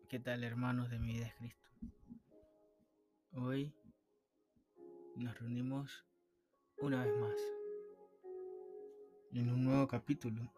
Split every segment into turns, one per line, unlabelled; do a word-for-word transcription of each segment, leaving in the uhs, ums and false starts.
¿Qué tal, hermanos de mi vida es Cristo? Hoy nos reunimos una vez más en un nuevo capítulo,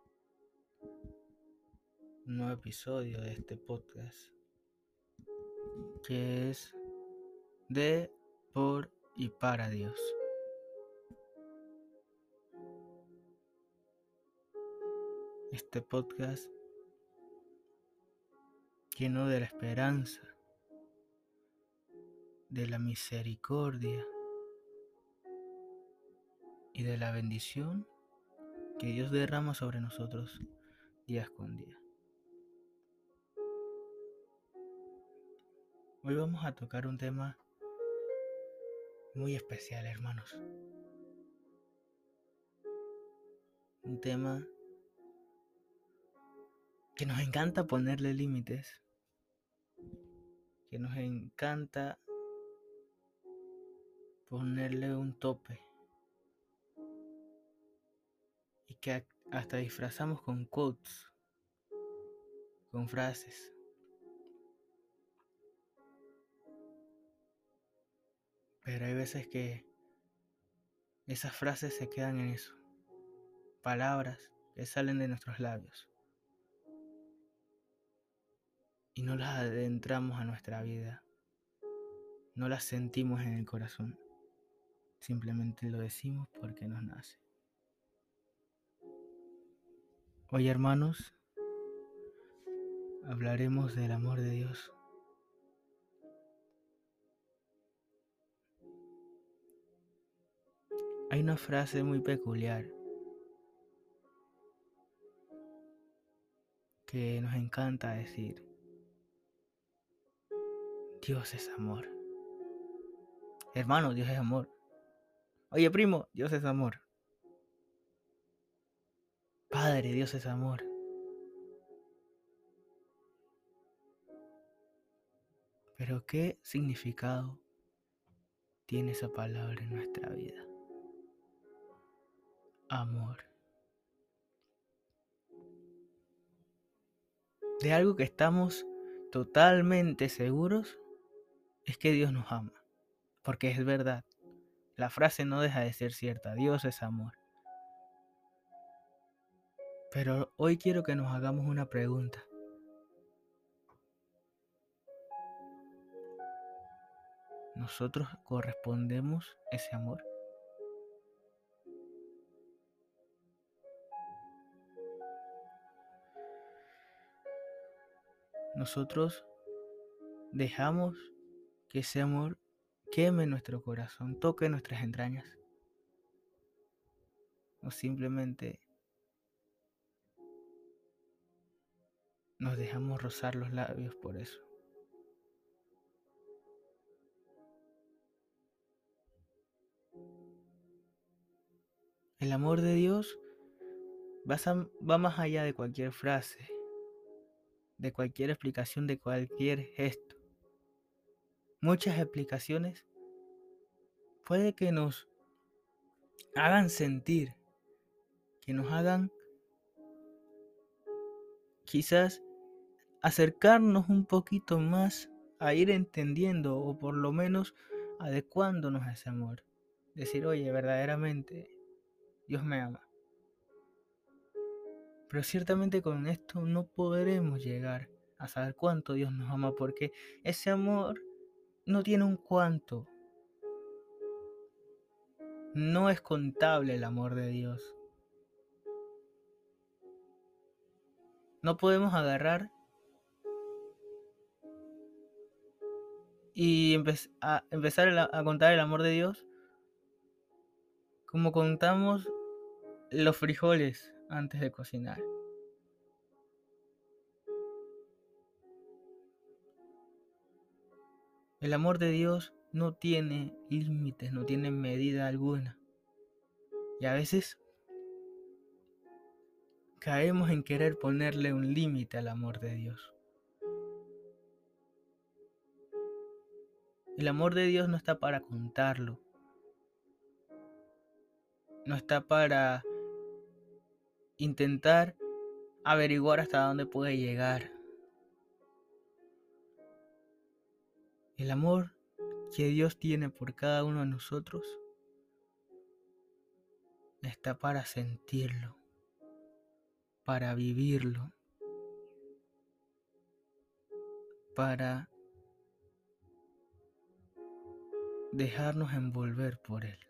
un nuevo episodio de este podcast que es de, por y para Dios. Este podcast lleno de la esperanza, de la misericordia y de la bendición que Dios derrama sobre nosotros día con día. Hoy vamos a tocar un tema muy especial, hermanos. Un tema que nos encanta ponerle límites, que nos encanta ponerle un tope y que hasta disfrazamos con quotes, con frases. Pero hay veces que esas frases se quedan en eso, palabras que salen de nuestros labios y no las adentramos a nuestra vida, no las sentimos en el corazón, simplemente lo decimos porque nos nace. Hoy, hermanos, hablaremos del amor de Dios. Hay una frase muy peculiar que nos encanta decir: Dios es amor. Hermano, Dios es amor. Oye, primo, Dios es amor. Padre, Dios es amor. Pero ¿qué significado tiene esa palabra en nuestra vida? Amor. De algo que estamos totalmente seguros es que Dios nos ama. Porque es verdad. La frase no deja de ser cierta. Dios es amor. Pero hoy quiero que nos hagamos una pregunta. ¿Nosotros correspondemos ese amor? Nosotros dejamos que ese amor queme nuestro corazón, toque nuestras entrañas. O simplemente nos dejamos rozar los labios por eso. El amor de Dios va, a, va más allá de cualquier frase, de cualquier explicación, de cualquier gesto. Muchas explicaciones puede que nos hagan sentir, que nos hagan quizás acercarnos un poquito más a ir entendiendo o por lo menos adecuándonos a ese amor. Decir, oye, verdaderamente Dios me ama. Pero ciertamente con esto no podremos llegar a saber cuánto Dios nos ama, porque ese amor no tiene un cuánto. No es contable el amor de Dios. No podemos agarrar y empe- a empezar a contar el amor de Dios como contamos los frijoles antes de cocinar. El amor de Dios no tiene límites, no tiene medida alguna. Y a veces caemos en querer ponerle un límite al amor de Dios. El amor de Dios no está para contarlo. No está para intentar averiguar hasta dónde puede llegar. El amor que Dios tiene por cada uno de nosotros está para sentirlo, para vivirlo, para dejarnos envolver por Él.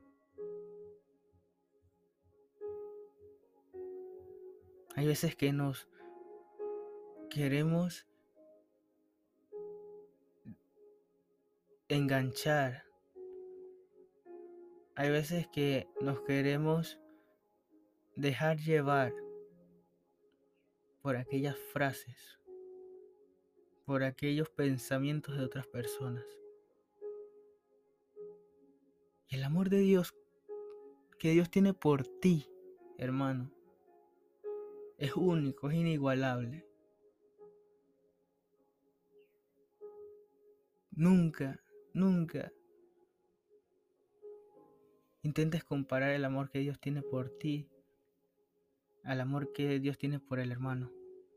Hay veces que nos queremos enganchar. Hay veces que nos queremos dejar llevar por aquellas frases, por aquellos pensamientos de otras personas. Y el amor de Dios que Dios tiene por ti, hermano, es único, es inigualable. Nunca, nunca intentes comparar el amor que Dios tiene por ti al amor que Dios tiene por el hermano.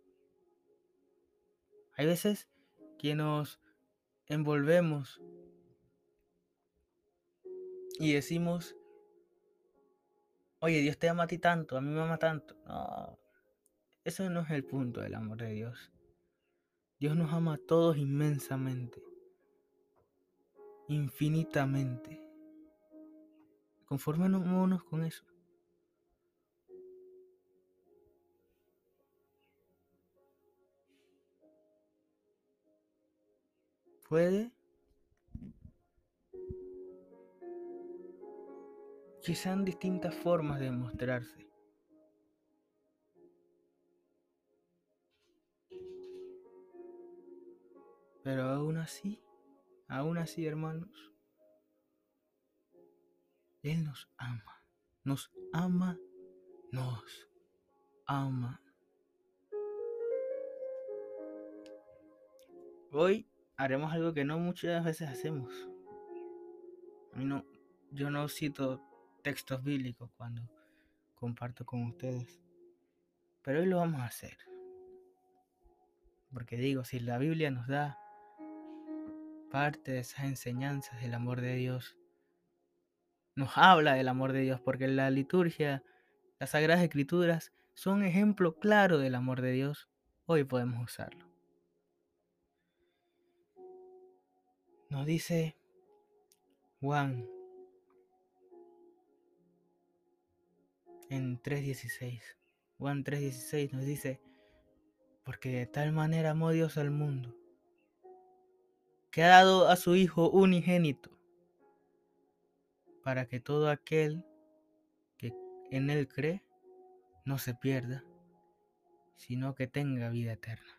Hay veces que nos envolvemos y decimos, oye, Dios te ama a ti tanto, a mí me ama tanto. No, eso no es el punto del amor de Dios. Dios nos ama a todos inmensamente, infinitamente. Conformémonos con eso. Puede que sean distintas formas de mostrarse. Pero aún así, aún así, hermanos, Él nos ama. Nos ama, nos ama. Hoy haremos algo que no muchas veces hacemos. A mí no, yo no cito textos bíblicos cuando comparto con ustedes. Pero hoy lo vamos a hacer. Porque digo, si la Biblia nos da parte de esas enseñanzas del amor de Dios, nos habla del amor de Dios, porque la liturgia, las Sagradas Escrituras son ejemplo claro del amor de Dios, hoy podemos usarlo. Nos dice Juan en tres dieciséis. Juan tres dieciséis nos dice, porque de tal manera amó Dios al mundo, que ha dado a su Hijo unigénito, para que todo aquel que en Él cree no se pierda, sino que tenga vida eterna.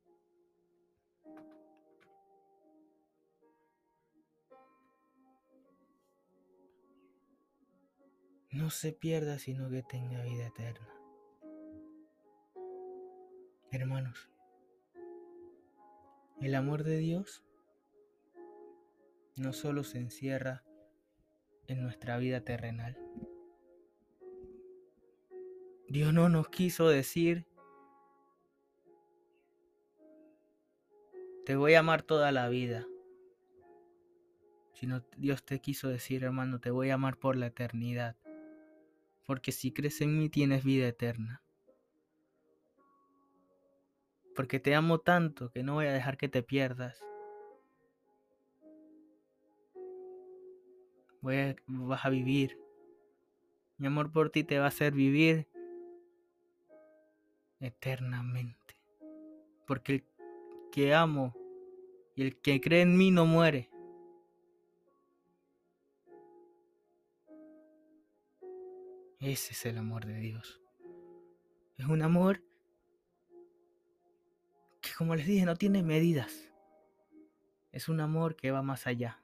No se pierda, sino que tenga vida eterna. Hermanos, el amor de Dios no solo se encierra en nuestra vida terrenal. Dios no nos quiso decir, te voy a amar toda la vida, sino Dios te quiso decir, hermano, te voy a amar por la eternidad, porque si crees en mí tienes vida eterna. Porque te amo tanto que no voy a dejar que te pierdas. Voy a, vas a vivir. Mi amor por ti te va a hacer vivir eternamente. Porque el que amo y el que cree en mí no muere. Ese es el amor de Dios. Es un amor que, como les dije, no tiene medidas. Es un amor que va más allá.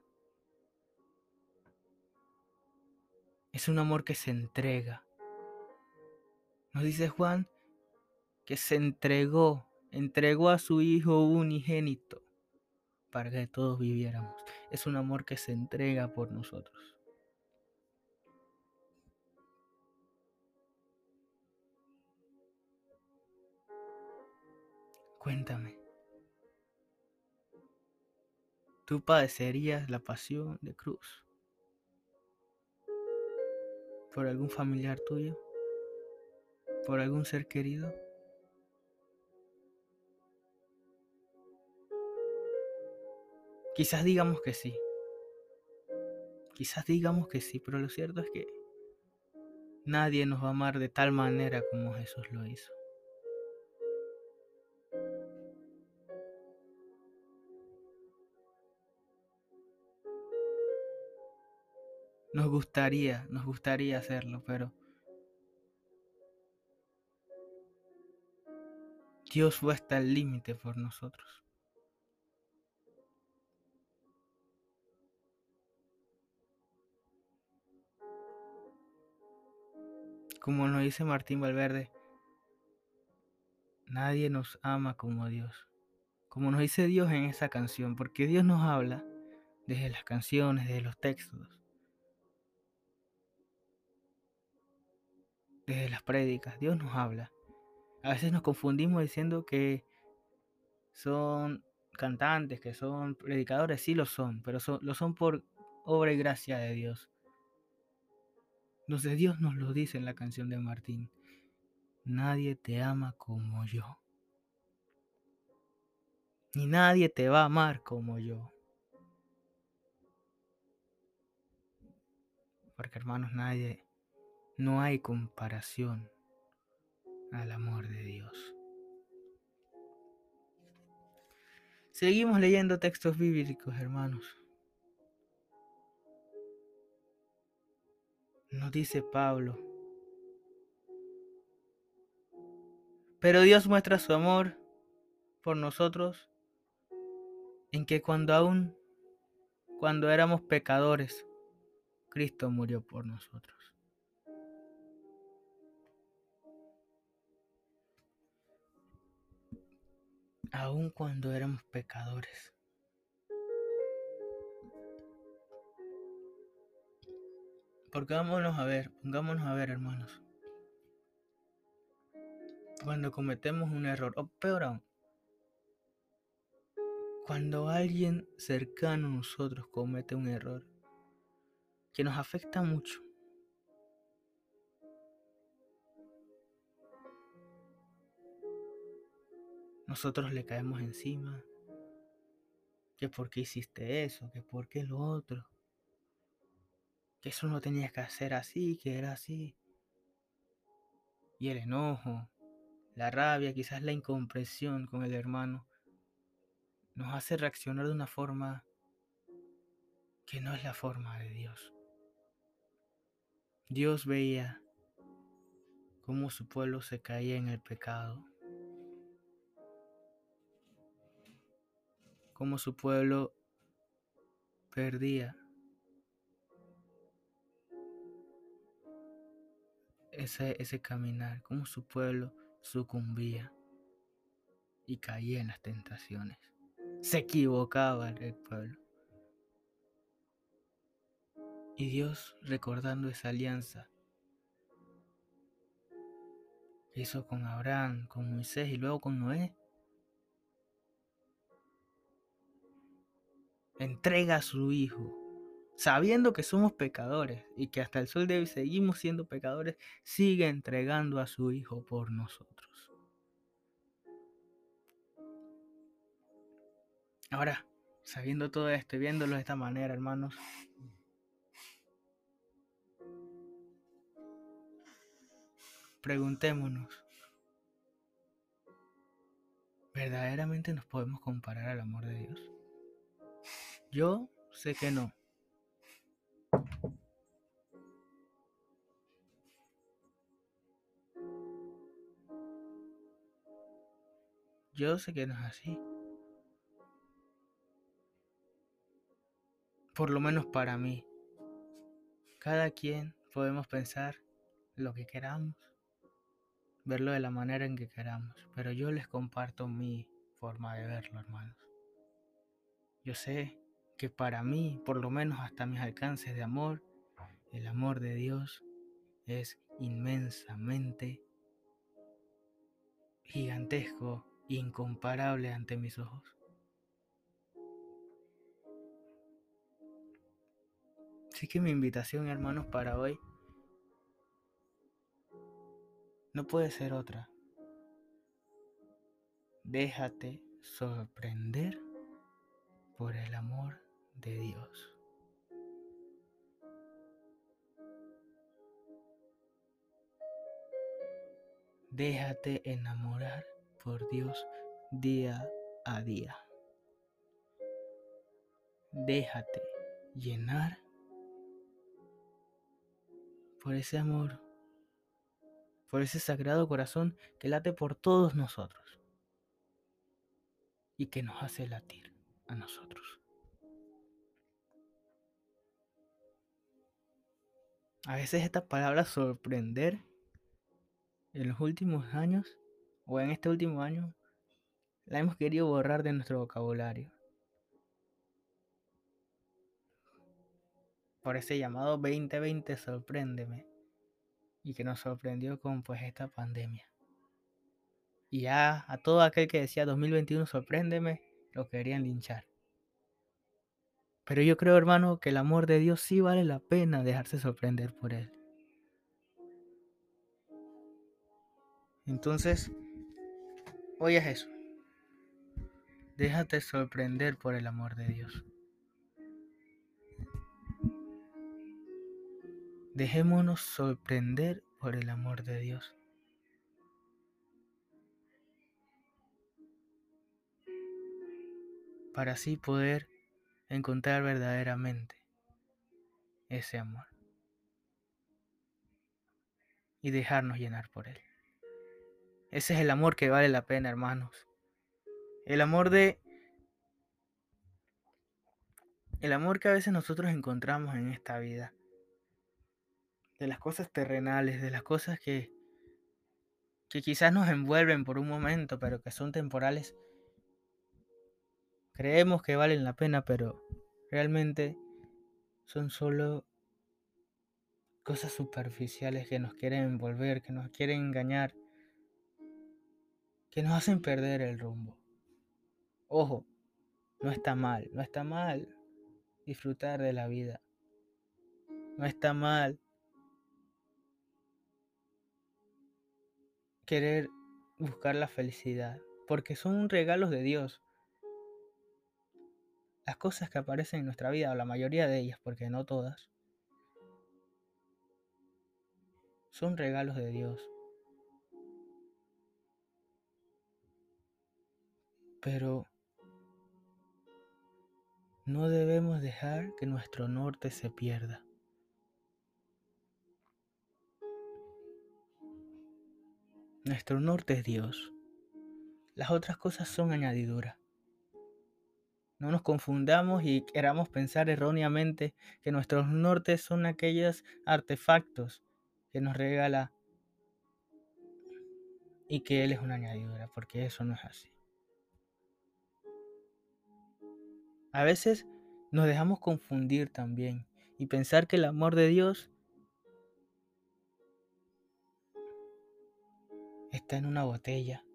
Es un amor que se entrega. Nos dice Juan que se entregó, entregó a su Hijo unigénito para que todos viviéramos. Es un amor que se entrega por nosotros. Cuéntame, tú padecerías la pasión de cruz por algún familiar tuyo, por algún ser querido. Quizás digamos que sí, quizás digamos que sí, pero lo cierto es que nadie nos va a amar de tal manera como Jesús lo hizo. Nos gustaría, nos gustaría hacerlo, pero Dios fue hasta el límite por nosotros. Como nos dice Martín Valverde, nadie nos ama como Dios. Como nos dice Dios en esa canción, porque Dios nos habla desde las canciones, desde los textos, desde las prédicas. Dios nos habla. A veces nos confundimos diciendo que son cantantes, que son predicadores, sí lo son, pero son, lo son por obra y gracia de Dios. Entonces Dios nos lo dice en la canción de Martín. Nadie te ama como yo. Ni nadie te va a amar como yo. Porque hermanos, nadie, no hay comparación al amor de Dios. Seguimos leyendo textos bíblicos, hermanos. Nos dice Pablo. Pero Dios muestra su amor por nosotros en que cuando aún, cuando éramos pecadores, Cristo murió por nosotros. Aún cuando éramos pecadores. Porque vámonos a ver, pongámonos a ver, hermanos. Cuando cometemos un error, o peor aún, cuando alguien cercano a nosotros comete un error que nos afecta mucho, nosotros le caemos encima, que por qué hiciste eso, que por qué lo otro, que eso no tenías que hacer así, que era así. Y el enojo, la rabia, quizás la incomprensión con el hermano, nos hace reaccionar de una forma que no es la forma de Dios. Dios veía cómo su pueblo se caía en el pecado, cómo su pueblo perdía ese, ese caminar, cómo su pueblo sucumbía y caía en las tentaciones. Se equivocaba el pueblo. Y Dios, recordando esa alianza que hizo con Abraham, con Moisés y luego con Noé, entrega a su hijo, sabiendo que somos pecadores y que hasta el sol de hoy seguimos siendo pecadores, sigue entregando a su hijo por nosotros. Ahora, sabiendo todo esto y viéndolo de esta manera, hermanos, preguntémonos, ¿verdaderamente nos podemos comparar al amor de Dios? Yo sé que no. Yo sé que no es así. Por lo menos para mí. Cada quien podemos pensar lo que queramos, verlo de la manera en que queramos, pero yo les comparto mi forma de verlo, hermanos. Yo sé que para mí, por lo menos hasta mis alcances de amor, el amor de Dios es inmensamente gigantesco, incomparable ante mis ojos. Así que mi invitación, hermanos, para hoy no puede ser otra. Déjate sorprender por el amor de Dios. Déjate enamorar por Dios día a día. Déjate llenar por ese amor, por ese sagrado corazón que late por todos nosotros y que nos hace latir a nosotros. A veces esta palabra sorprender en los últimos años o en este último año la hemos querido borrar de nuestro vocabulario. Por ese llamado veinte veinte sorpréndeme y que nos sorprendió con pues esta pandemia. Y ya a todo aquel que decía dos mil veintiuno sorpréndeme lo querían linchar. Pero yo creo, hermano, que el amor de Dios sí vale la pena dejarse sorprender por él. Entonces, hoy es eso. Déjate sorprender por el amor de Dios. Dejémonos sorprender por el amor de Dios. Para así poder encontrar verdaderamente ese amor. Y dejarnos llenar por él. Ese es el amor que vale la pena, hermanos. El amor de... El amor que a veces nosotros encontramos en esta vida. De las cosas terrenales, de las cosas que, que quizás nos envuelven por un momento, pero que son temporales. Creemos que valen la pena, pero realmente son solo cosas superficiales que nos quieren envolver, que nos quieren engañar, que nos hacen perder el rumbo. Ojo, no está mal, no está mal disfrutar de la vida. No está mal querer buscar la felicidad, porque son regalos de Dios. Las cosas que aparecen en nuestra vida, o la mayoría de ellas, porque no todas, son regalos de Dios. Pero no debemos dejar que nuestro norte se pierda. Nuestro norte es Dios. Las otras cosas son añadidura. No nos confundamos y queramos pensar erróneamente que nuestros nortes son aquellos artefactos que nos regala y que Él es una añadidura, porque eso no es así. A veces nos dejamos confundir también y pensar que el amor de Dios está en una botella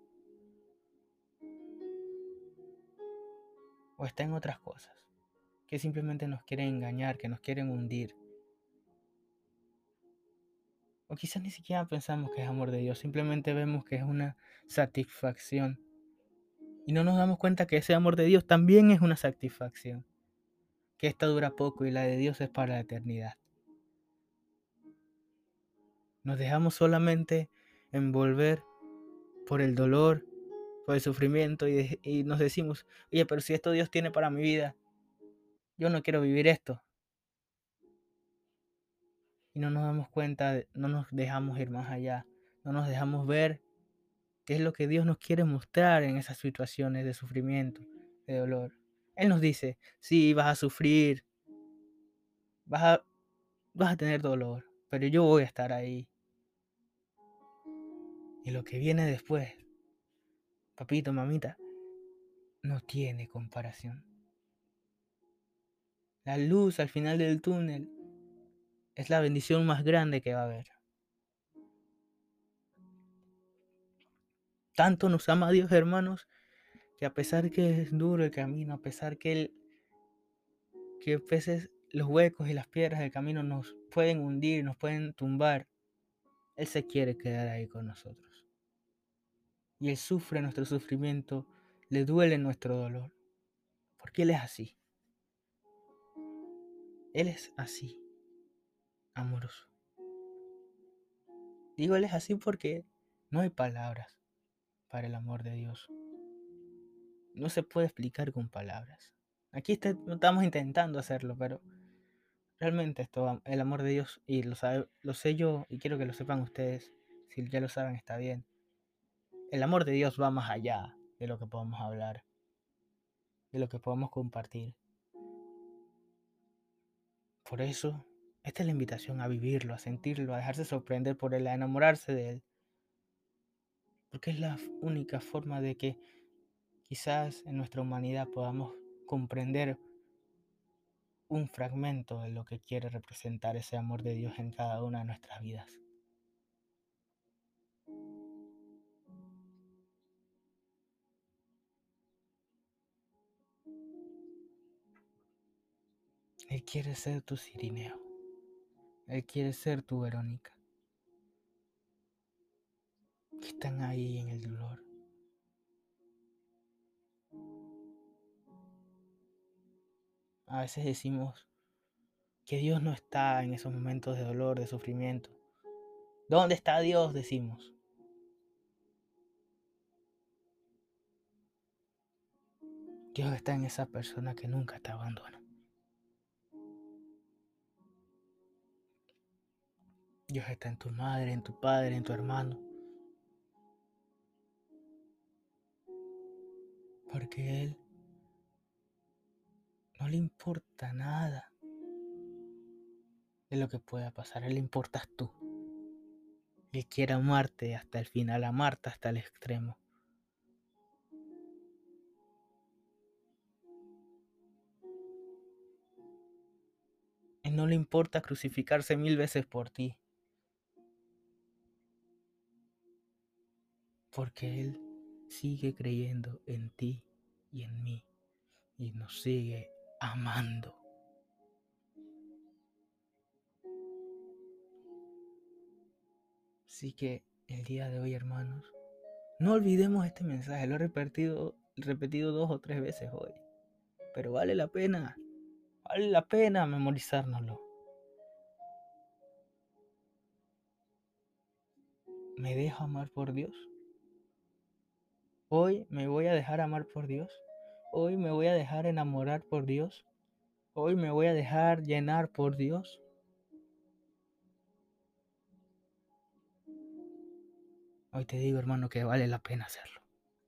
o está en otras cosas que simplemente nos quieren engañar, que nos quieren hundir. O quizás ni siquiera pensamos que es amor de Dios, simplemente vemos que es una satisfacción. Y no nos damos cuenta que ese amor de Dios también es una satisfacción. Que esta dura poco y la de Dios es para la eternidad. Nos dejamos solamente envolver por el dolor, por el sufrimiento y, de, y nos decimos, oye, pero si esto Dios tiene para mi vida, yo no quiero vivir esto. Y no nos damos cuenta, no nos dejamos ir más allá, no nos dejamos ver qué es lo que Dios nos quiere mostrar en esas situaciones de sufrimiento, de dolor. Él nos dice, sí, vas a sufrir, vas a, vas a tener dolor, pero yo voy a estar ahí. Y lo que viene después, papito, mamita, no tiene comparación. La luz al final del túnel es la bendición más grande que va a haber. Tanto nos ama Dios, hermanos, que a pesar que es duro el camino, a pesar que, él, que a veces los huecos y las piedras del camino nos pueden hundir, nos pueden tumbar, Él se quiere quedar ahí con nosotros. Y Él sufre nuestro sufrimiento, le duele nuestro dolor, porque Él es así. Él es así, amoroso. Digo Él es así porque no hay palabras para el amor de Dios. No se puede explicar con palabras. Aquí está, estamos intentando hacerlo, pero realmente esto, el amor de Dios, y lo, sabe, lo sé yo, y quiero que lo sepan ustedes, si ya lo saben está bien. El amor de Dios va más allá de lo que podemos hablar, de lo que podemos compartir. Por eso, esta es la invitación a vivirlo, a sentirlo, a dejarse sorprender por Él, a enamorarse de Él. Porque es la única forma de que quizás en nuestra humanidad podamos comprender un fragmento de lo que quiere representar ese amor de Dios en cada una de nuestras vidas. Él quiere ser tu Cirineo. Él quiere ser tu Verónica. Que están ahí en el dolor. A veces decimos que Dios no está en esos momentos de dolor, de sufrimiento. ¿Dónde está Dios? Decimos. Dios está en esa persona que nunca te abandona. Dios está en tu madre, en tu padre, en tu hermano. Porque Él no le importa nada de lo que pueda pasar. A Él le importas tú. Él quiere amarte hasta el final, amarte hasta el extremo. Él no le importa crucificarse mil veces por ti. Porque Él sigue creyendo en ti y en mí. Y nos sigue amando. Así que el día de hoy, hermanos, no olvidemos este mensaje. Lo he repetido, repetido dos o tres veces hoy. Pero vale la pena. Vale la pena memorizárnoslo. ¿Me dejo amar por Dios? Hoy me voy a dejar amar por Dios. Hoy me voy a dejar enamorar por Dios. Hoy me voy a dejar llenar por Dios. Hoy te digo, hermano, que vale la pena hacerlo.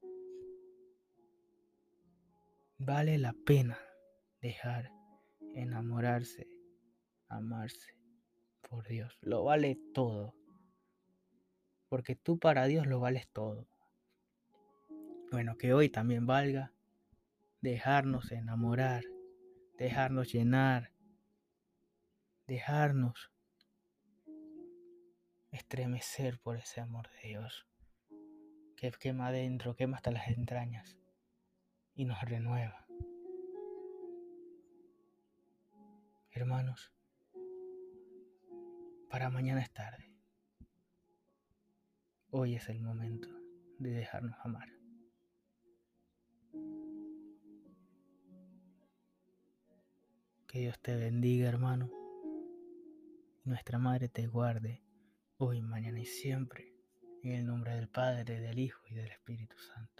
Vale la pena dejar enamorarse, amarse por Dios. Lo vale todo. Porque tú para Dios lo vales todo. Bueno, que hoy también valga dejarnos enamorar, dejarnos llenar, dejarnos estremecer por ese amor de Dios que quema adentro, quema hasta las entrañas y nos renueva. Hermanos, para mañana es tarde. Hoy es el momento de dejarnos amar. Que Dios te bendiga, hermano. Y nuestra Madre te guarde hoy, mañana y siempre. En el nombre del Padre, del Hijo y del Espíritu Santo.